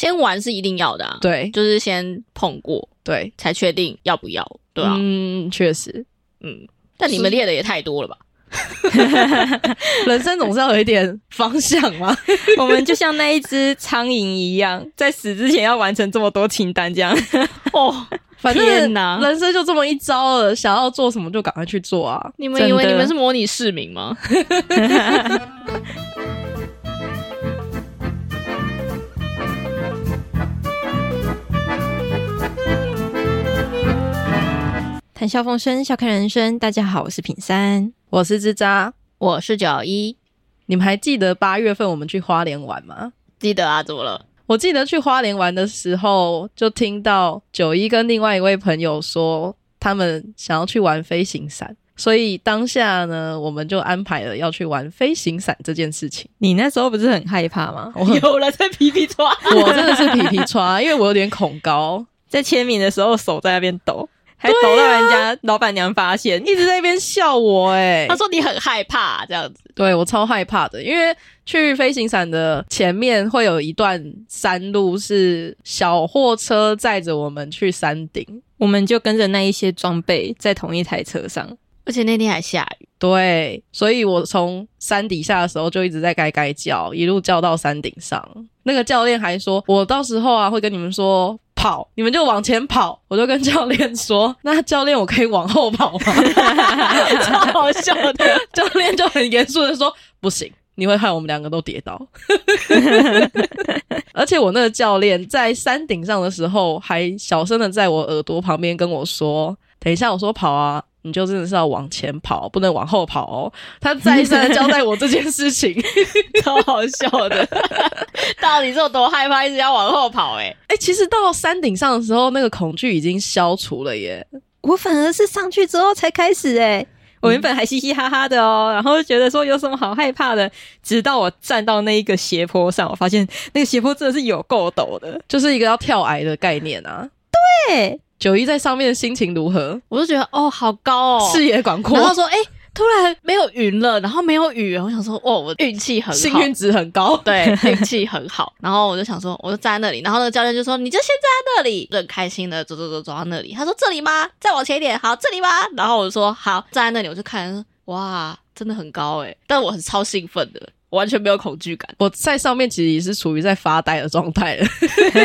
先玩是一定要的啊， 对， 就是先碰过， 对， 才确定要不要，对啊， 确实， 但你们列的也太多了吧？ 人生总是要有一点方向嘛。 我们就像那一只苍蝇一样，在死之前要完成这么多清单，这样哦， 反正天哪人生就这么一招了，想要做什么就赶快去做啊！ 你们以为你们是模拟市民吗？ 谈笑风生，笑看人生。大家好，我是品山， 我是吱喳， 我是91。 你们还记得8月份我们去花莲玩吗？ 记得啊，怎么了？ 我记得去花莲玩的时候，就听到91跟另外一位朋友说，他们想要去玩飞行伞，所以当下呢，我们就安排了要去玩飞行伞这件事情。 你那时候不是很害怕吗？ 有人在皮皮抓， 我真的是皮皮抓，因为我有点恐高， 在签名的时候手在那边抖，还抖到人家老板娘发现， 一直在那边笑我他说你很害怕这样子。 对，我超害怕的，因为去飞行伞的前面会有一段山路是小货车载着我们去山顶， 我们就跟着那一些装备在同一台车上， 而且那天还下雨。 对，所以我从山底下的时候就一直在该叫，一路叫到山顶上。那个教练还说，我到时候啊会跟你们说跑，你们就往前跑。我就跟教练说，那教练我可以往后跑吗？ 超好笑的。 教练就很严肃的说，不行，你会害我们两个都跌倒。而且我那个教练在山顶上的时候还小声的在我耳朵旁边跟我说，等一下我说跑啊，你就真的是要往前跑，不能往后跑哦。他再三的交代我这件事情。 超好笑的。到底是有多害怕一直要往后跑其实到山顶上的时候那个恐惧已经消除了耶。 我反而是上去之后才开始我原本还嘻嘻哈哈的然后就觉得说有什么好害怕的，直到我站到那一个斜坡上，我发现那个斜坡真的是有够陡的， 就是一个要跳崖的概念啊。 对 ，91在上面的心情如何？ 我就觉得好高哦， 视野广阔。 然后说突然没有云了，然后没有雨了，我想说我运气很好， 幸运值很高。 对，运气很好。然后我就想说我就站在那里，然后那个教练就说你就先站在那里，就很开心的走到那里。他说这里吗？再往前一点。好，这里吗？然后我就说好，站在那里。我就看哇真的很高但我很超兴奋的，我完全没有恐惧感。 我在上面其实也是处于在发呆的状态了。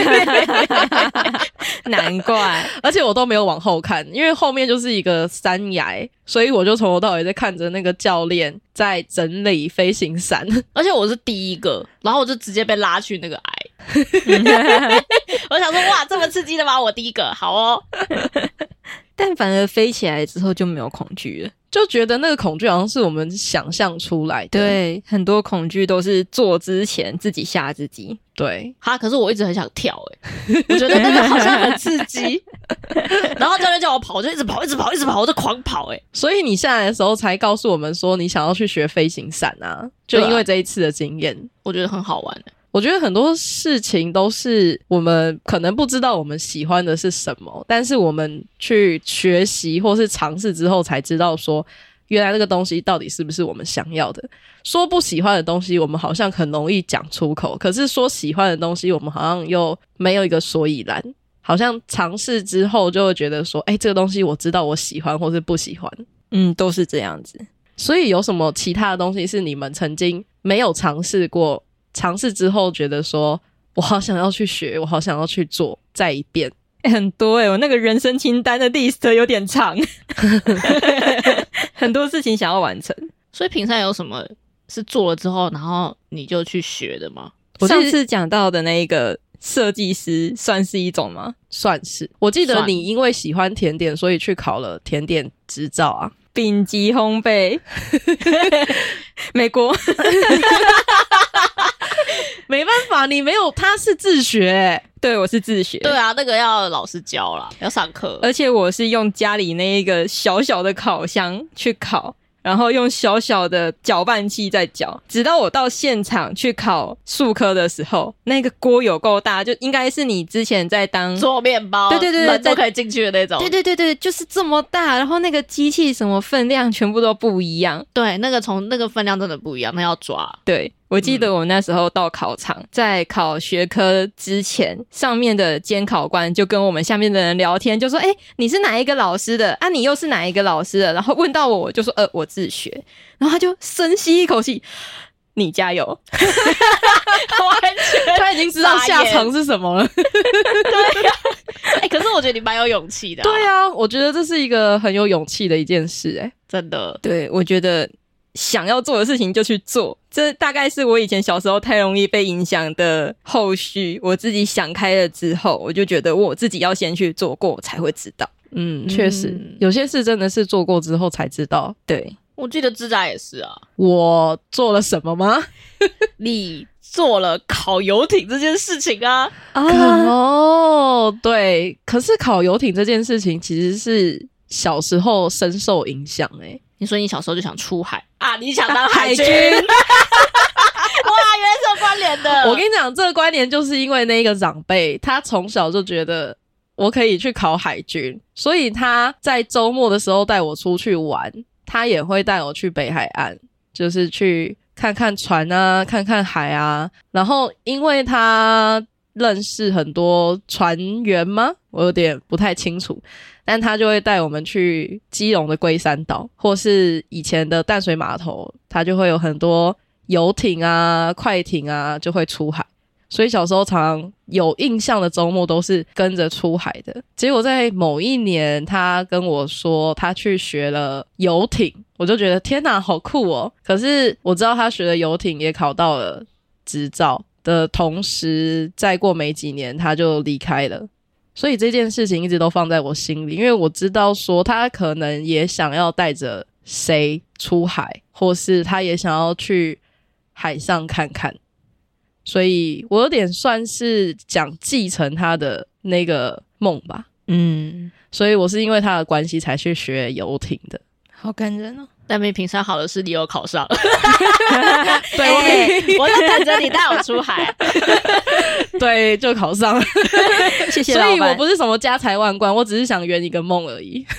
难怪。 而且我都没有往后看，因为后面就是一个山崖，所以我就从头到尾在看着那个教练在整理飞行伞。 而且我是第一个，然后我就直接被拉去那个崖。我想说哇这么刺激的吗？我第一个，好哦。 但反而飞起来之后就没有恐惧了， 就觉得那个恐惧好像是我们想象出来的。 对，很多恐惧都是做之前自己吓自己。 对， 可是我一直很想跳我觉得那个好像很刺激。然后教练叫我跑，我就一直跑，我就狂跑所以你下来的时候才告诉我们说你想要去学飞行伞啊，就因为这一次的经验， 我觉得很好玩我觉得很多事情都是我们可能不知道我们喜欢的是什么，但是我们去学习或是尝试之后才知道说原来那个东西到底是不是我们想要的。说不喜欢的东西我们好像很容易讲出口，可是说喜欢的东西我们好像又没有一个所以然，好像尝试之后就会觉得说这个东西我知道我喜欢或是不喜欢。 都是这样子。 所以有什么其他的东西是你们曾经没有尝试过，尝试之后觉得说我好想要去学，我好想要去做再一遍？ 很多我那个人生清单的 list 有点长。很多事情想要完成。 所以品山有什么是做了之后然后你就去学的吗？ 上次讲到的那一个设计师算是一种吗？ 算是。我记得你因为喜欢甜点所以去考了甜点执照啊。 丙级烘焙。美国。 没办法，你没有，他是自学对，我是自学。 对啊，那个要老师教啦，要上课。 而且我是用家里那一个小小的烤箱去烤，然后用小小的搅拌器在搅，直到我到现场去烤素科的时候，那个锅有够大，就应该是你之前在当做面包， 对人都可以进去的那种。 对，就是这么大，然后那个机器什么分量全部都不一样。 对，那个从那个分量真的不一样，那要抓。 对， 我记得我那时候到考场，在考学科之前，上面的监考官就跟我们下面的人聊天，就说你是哪一个老师的啊？你又是哪一个老师的？然后问到我就说我自学。然后他就深吸一口气，你加油。 完全他已经知道下场是什么了。 对呀、可是我觉得你蛮有勇气的、 对啊，我觉得这是一个很有勇气的一件事真的。 对，我觉得想要做的事情就去做，这大概是我以前小时候太容易被影响的后续。我自己想开了之后，我就觉得我自己要先去做过才会知道。 确实有些事真的是做过之后才知道。 对， 我记得指甲也是啊。 我做了什么吗？ 你做了烤游艇这件事情啊。 对，可是烤游艇这件事情其实是小时候深受影响你说你小时候就想出海啊？你想当海军？哇，原来是有关联的。 我跟你讲，这个关联就是因为那个长辈，他从小就觉得我可以去考海军，所以他在周末的时候带我出去玩，他也会带我去北海岸，就是去看看船啊，看看海啊。然后因为他认识很多船员吗？我有点不太清楚，但他就会带我们去基隆的龟山岛，或是以前的淡水码头，他就会有很多游艇啊、快艇啊，就会出海。所以小时候常常有印象的周末都是跟着出海的。结果在某一年，他跟我说他去学了游艇，我就觉得天哪，好酷哦！可是我知道他学的游艇也考到了执照的同时，再过没几年他就离开了。所以这件事情一直都放在我心里，因为我知道说他可能也想要带着谁出海，或是他也想要去海上看看，所以我有点算是想继承他的那个梦吧。所以我是因为他的关系才去学游艇的。 好感人哦。 但没平常好的是你有考上。对，我在等着你带我出海。 对，就考上了。 谢谢老板。 所以我不是什么家财万贯，我只是想圆一个梦而已。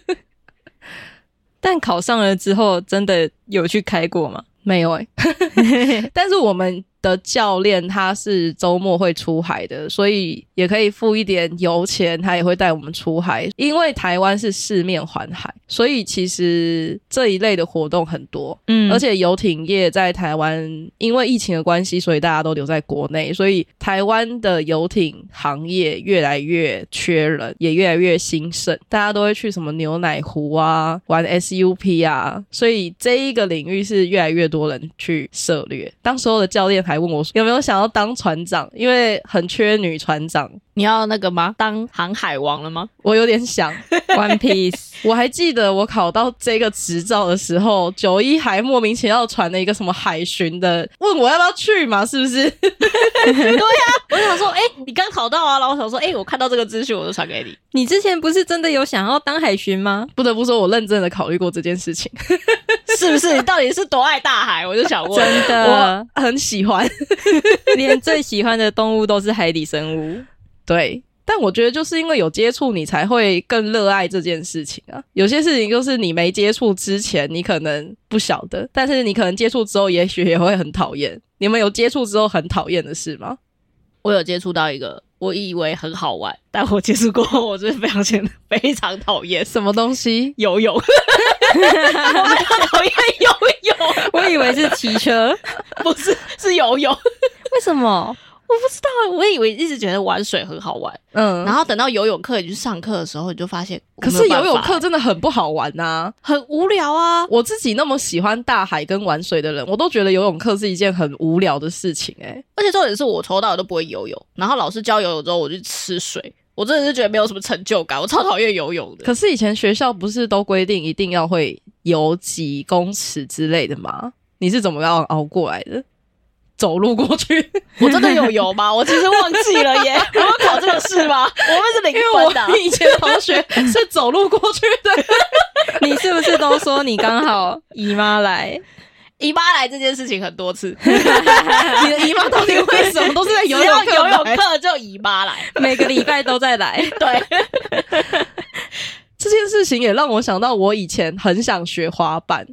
但考上了之后，真的有去开过吗？ 没有但是我们的教练他是周末会出海的，所以也可以付一点油钱，他也会带我们出海。因为台湾是四面环海，所以其实这一类的活动很多。而且游艇业在台湾因为疫情的关系，所以大家都留在国内，所以台湾的游艇行业越来越缺人，也越来越兴盛。大家都会去什么牛奶湖啊，玩 SUP 啊，所以这一个领域是越来越多人去涉猎。当时候的教练还问我有没有想要当船长，因为很缺女船长。 你要那个吗？当航海王了吗？ 我有点想。 One Piece。 我还记得我考到这个执照的时候，91还莫名其妙传了一个什么海巡的，问我要不要去嘛，是不是？ 对呀，我就想说，你刚考到啊，然后我想说，我看到这个资讯，我就传给你。 你之前不是真的有想要当海巡吗？ 不得不说，我认真的考虑过这件事情。 是不是？你到底是多爱大海？我就想问。 真的， 我很喜欢。 连最喜欢的动物都是海底生物。 对，但我觉得就是因为有接触，你才会更热爱这件事情啊。有些事情就是你没接触之前，你可能不晓得，但是你可能接触之后，也许也会很讨厌。你们有接触之后很讨厌的事吗？ 我有接触到一个，我以为很好玩，但我接触过后，我真的非常讨厌。 什么东西？ 游泳。我讨厌游泳。 我以为是骑车。 不是，是游泳。 为什么？ 我不知道，我以为一直觉得玩水很好玩，然后等到游泳课你去上课的时候，你就发现， 可是游泳课真的很不好玩啊， 很无聊啊。 我自己那么喜欢大海跟玩水的人，我都觉得游泳课是一件很无聊的事情而且重点是我从头到尾都不会游泳，然后老师教游泳之后，我就吃水，我真的是觉得没有什么成就感，我超讨厌游泳的。 可是以前学校不是都规定一定要会游几公尺之类的吗？你是怎么样熬过来的？走路过去。 我真的有游吗？我其实忘记了耶。我们考这个试吗？我们是0分的。 因为我以前同学是走路过去的。 你是不是都说你刚好姨妈来？ 姨妈来这件事情很多次。 你的姨妈到底为什么都是在游泳课？ 只要游泳课就姨妈来， 每个礼拜都在来。 对。 这件事情也让我想到我以前很想学滑板，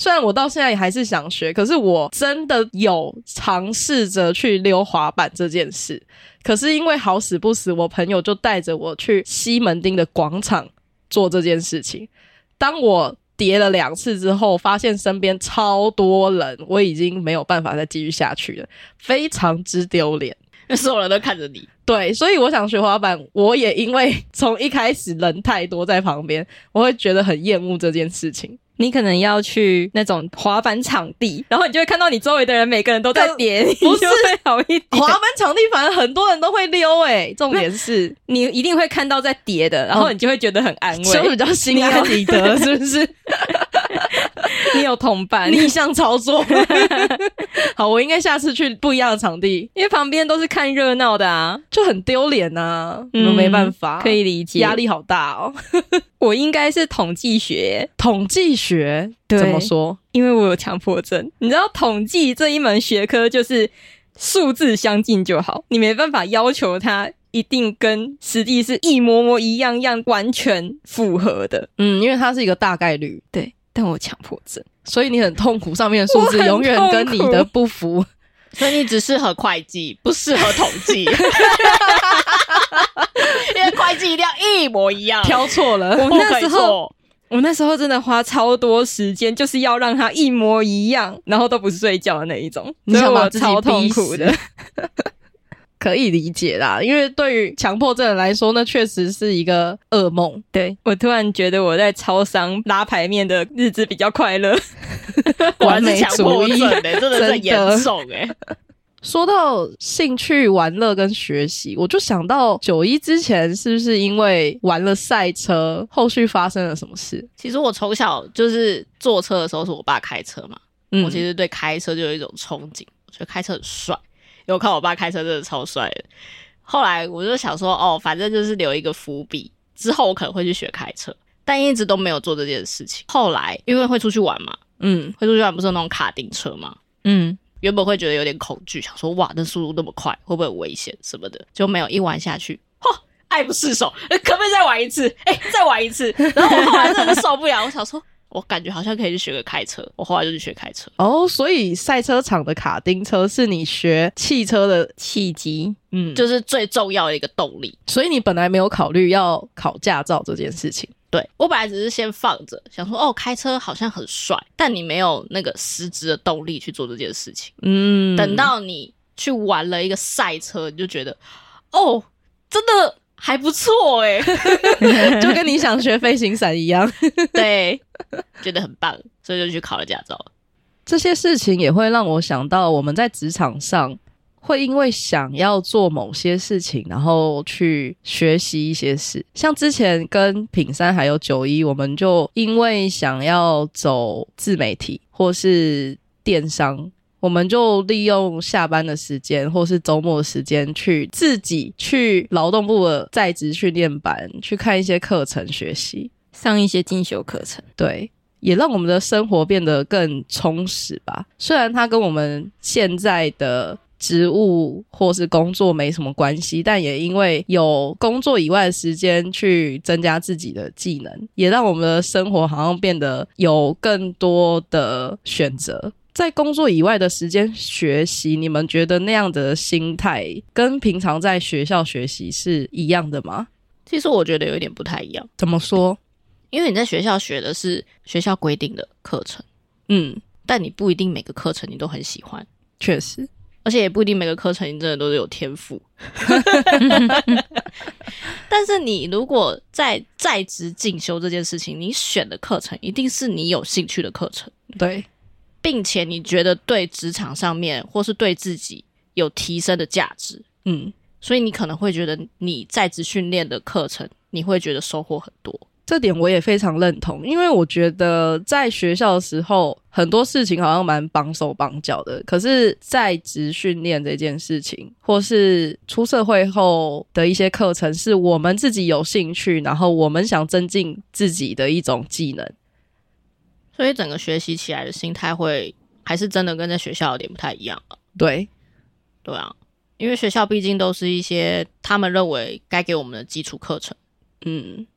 虽然我到现在也还是想学，可是我真的有尝试着去溜滑板这件事。可是因为好死不死，我朋友就带着我去西门町的广场做这件事情。当我跌了2次之后，发现身边超多人，我已经没有办法再继续下去了，非常之丢脸。 所有人都看着你。 对，所以我想学滑板，我也因为从一开始人太多在旁边，我会觉得很厌恶这件事情。 你可能要去那种滑板场地，然后你就会看到你周围的人每个人都在跌，你就会好一点。 滑板场地反正很多人都会溜重点是你一定会看到在跌的，然后你就会觉得很安慰， 就比较心安理得，是不是？ 你有同伴， 逆向操作。好，我应该下次去不一样的场地， 因为旁边都是看热闹的啊， 就很丢脸啊，没办法， 可以理解， 压力好大哦。 我应该是统计学， 统计学怎么说？ 因为我有强迫症。你知道统计这一门学科就是数字相近就好，你没办法要求它一定跟实际是一模模一样样完全符合的。 因为它是一个大概率。 对，但我强迫症， 所以你很痛苦，上面的数字永远跟你的不符。 所以你只适合会计，不适合统计。因为会计一定要一模一样， 挑错了。 我那时候真的花超多时间，就是要让它一模一样，然后都不睡觉的那一种。 你想把自己超痛苦的。 可以理解啦，因为对于强迫症人来说，那确实是一个噩梦。 对，我突然觉得我在超商拉排面的日子比较快乐。 完美主义真的是很严重说到兴趣玩乐跟学习，我就想到91之前是不是因为玩了赛车，后续发生了什么事？ 其实我从小就是坐车的时候是我爸开车嘛，我其实对开车就有一种憧憬，我觉得开车很帅，因为我看我爸开车真的超帅的。后来我就想说反正就是留一个伏笔，之后我可能会去学开车，但一直都没有做这件事情。后来因为会出去玩嘛，会出去玩不是有那种卡丁车嘛，原本会觉得有点恐惧，想说哇那速度那么快会不会很危险什么的，就没有一玩下去爱不释手，可不可以再玩一次再玩一次。然后我后来真的受不了，我想说我感觉好像可以去学个开车，我后来就去学开车。 所以赛车场的卡丁车是你学汽车的契机， 就是最重要的一个动力。 所以你本来没有考虑要考驾照这件事情。 对，我本来只是先放着，想说开车好像很帅，但你没有那个实质的动力去做这件事情。等到你去玩了一个赛车，你就觉得真的还不错就跟你想学飞行伞一样。 对，觉得很棒，所以就去考了驾照。 这些事情也会让我想到我们在职场上会因为想要做某些事情，然后去学习一些事。像之前跟品山还有91，我们就因为想要走自媒体或是电商，我们就利用下班的时间或是周末的时间去自己去劳动部的在职训练班去看一些课程学习， 上一些进修课程。 对，也让我们的生活变得更充实吧。虽然它跟我们现在的职务或是工作没什么关系，但也因为有工作以外的时间去增加自己的技能，也让我们的生活好像变得有更多的选择。在工作以外的时间学习，你们觉得那样的心态跟平常在学校学习是一样的吗？ 其实我觉得有点不太一样。 怎么说？ 因为你在学校学的是学校规定的课程，但你不一定每个课程你都很喜欢。 确实， 而且也不一定每个课程你真的都是有天赋。但是你如果在职进修这件事情，你选的课程一定是你有兴趣的课程。 对， 并且你觉得对职场上面或是对自己有提升的价值。所以你可能会觉得你在职训练的课程你会觉得收获很多。 这点我也非常认同，因为我觉得在学校的时候很多事情好像蛮绑手绑脚的，可是在职训练这件事情或是出社会后的一些课程是我们自己有兴趣，然后我们想增进自己的一种技能， 所以整个学习起来的心态会还是真的跟在学校有点不太一样。 对啊，因为学校毕竟都是一些他们认为该给我们的基础课程。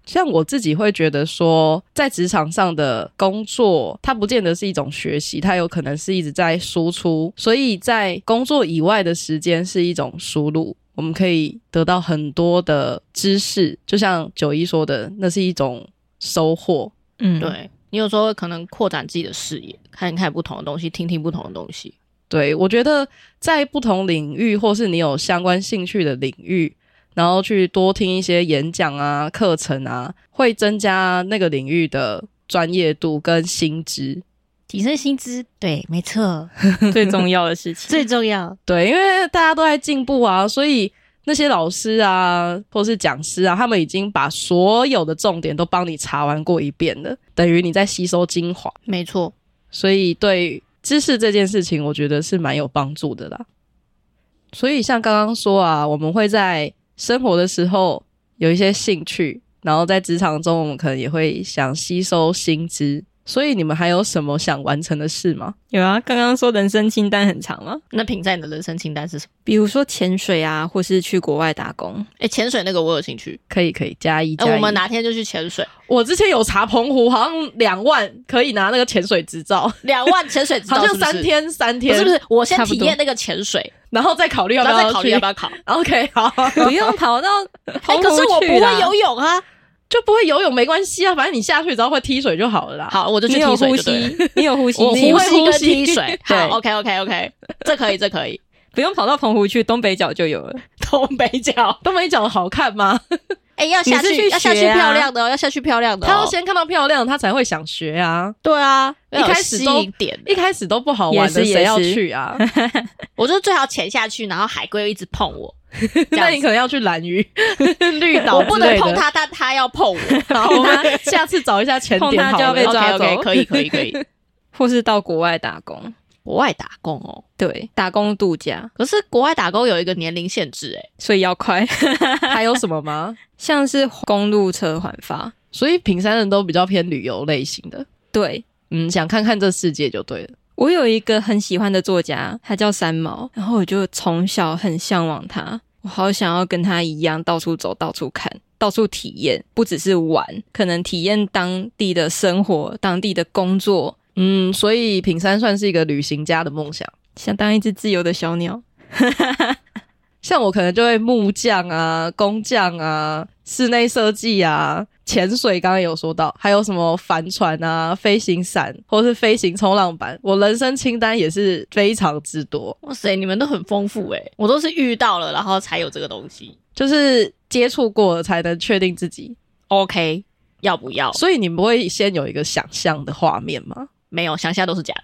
像我自己会觉得说，在职场上的工作，它不见得是一种学习，它有可能是一直在输出，所以在工作以外的时间是一种输入，我们可以得到很多的知识，就像91说的，那是一种收获。 对，你有时候可能扩展自己的视野，看一看不同的东西，听听不同的东西。 对，我觉得在不同领域，或是你有相关兴趣的领域，然后去多听一些演讲啊、课程啊，会增加那个领域的专业度跟薪资。 提升薪资，对，没错， 最重要的事情。 最重要。 对，因为大家都在进步啊，所以那些老师啊，或是讲师啊，他们已经把所有的重点都帮你查完过一遍了，等于你在吸收精华。 没错， 所以对知识这件事情，我觉得是蛮有帮助的啦。所以像刚刚说啊，我们会在生活的时候有一些兴趣，然后在职场中我们可能也会想吸收新知。所以你们还有什么想完成的事吗？ 有啊，刚刚说人生清单很长吗？ 那评在你的人生清单是什么？ 比如说潜水啊，或是去国外打工。 潜水那个我有兴趣， 可以加一。 我们哪天就去潜水。 我之前有查澎湖，好像2万可以拿那个潜水执照 ，2万潜水执照好像3天， 不是，我先体验那个潜水， 然后再考虑要不要考。 OK， 好， 不用跑到澎湖去啦。 可是我不会游泳啊。 就不会游泳没关系啊，反正你下去只要会踢水就好了啦。 好，我就去踢水就对了。 你有呼吸， 我你会呼吸跟踢水。好对 ，OK， 这可以， 不用跑到澎湖去，东北角就有了。 东北角好看吗？要下去漂亮的哦，要下去漂亮的哦。 他要先看到漂亮，他才会想学啊。 对啊， 一开始都不好玩的，谁要去啊？ 我就最好潜下去，然后海龟一直碰我。 那你可能要去蓝屿、绿岛， 我不能碰他，但他要碰我。 好，我们下次找一下潜点好了， 碰他就要被抓走。 可以。 或是到国外打工。 国外打工哦， 对，打工度假。 可是国外打工有一个年龄限制所以要快。 还有什么吗？ 像是公路车环法， 所以屏山人都比较偏旅游类型的。 对， 想看看这世界就对了。 我有一个很喜欢的作家，他叫三毛，然后我就从小很向往他，我好想要跟他一样到处走、到处看、到处体验，不只是玩，可能体验当地的生活、当地的工作。 所以屏山算是一个旅行家的梦想， 想当一只自由的小鸟。 像我可能就会木匠啊、工匠啊、室内设计啊、潜水刚刚有说到，还有什么帆船啊、飞行伞或是飞行冲浪板，我人生清单也是非常之多。 哇塞，你们都很丰富我都是遇到了然后才有这个东西， 就是接触过了才能确定自己 OK 要不要。 所以你不会先有一个想象的画面吗？ 没有，想象都是假的。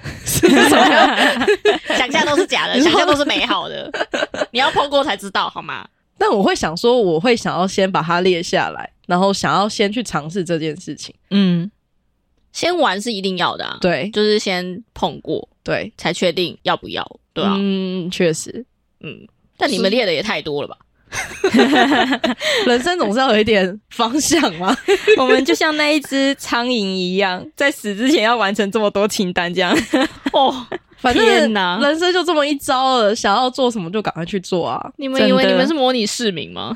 想象都是假的，想象都是美好的，你要碰过才知道好吗？ 但我会想说，我会想要先把它列下来，然后想要先去尝试这件事情。 先玩是一定要的啊， 对， 就是先碰过， 对， 才确定要不要，对啊， 确实， 但你们列的也太多了吧？ 人生总是要有一点方向嘛。 我们就像那一只苍蝇一样，在死之前要完成这么多清单，这样反正天哪， 人生就这么一招了，想要做什么就赶快去做啊！ 你们以为你们是模拟市民吗？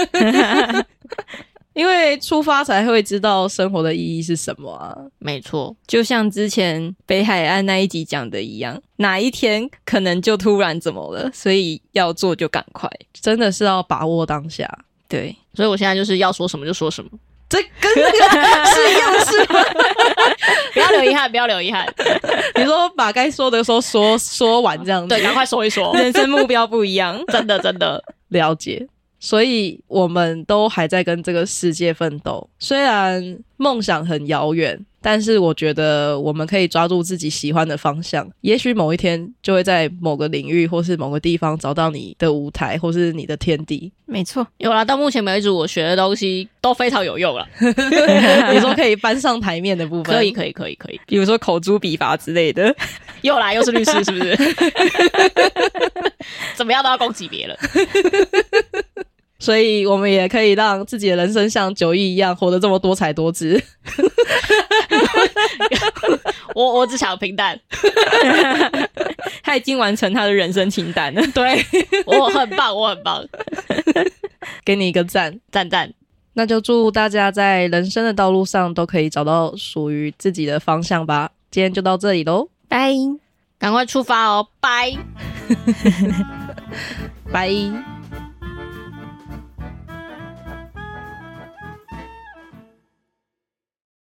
因为出发才会知道生活的意义是什么啊。 没错， 就像之前北海岸那一集讲的一样，哪一天可能就突然怎么了，所以要做就赶快， 真的是要把握当下。 对， 所以我现在就是要说什么就说什么， 这跟那个是一样是吗？ 不要留遗憾，不要留遗憾。 你说把该说的说完这样子， 对，赶快说一说。 人生目标不一样， 真的了解。所以我们都还在跟这个世界奋斗，虽然梦想很遥远，但是我觉得我们可以抓住自己喜欢的方向，也许某一天就会在某个领域或是某个地方找到你的舞台或是你的天地。 没错， 有啦，到目前为止我学的东西都非常有用了。 你说可以搬上台面的部分， 可以， 比如说口诛笔伐之类的。 又来又是律师是不是？怎么样都要攻击别人。 所以我们也可以让自己的人生像91一样活得这么多彩多姿。 我只想平淡。 他已经完成他的人生清单了。 对， 我很棒。 给你一个赞。 那就祝大家在人生的道路上都可以找到属于自己的方向吧。今天就到这里咯， 拜。 赶快出发哦，拜。 拜。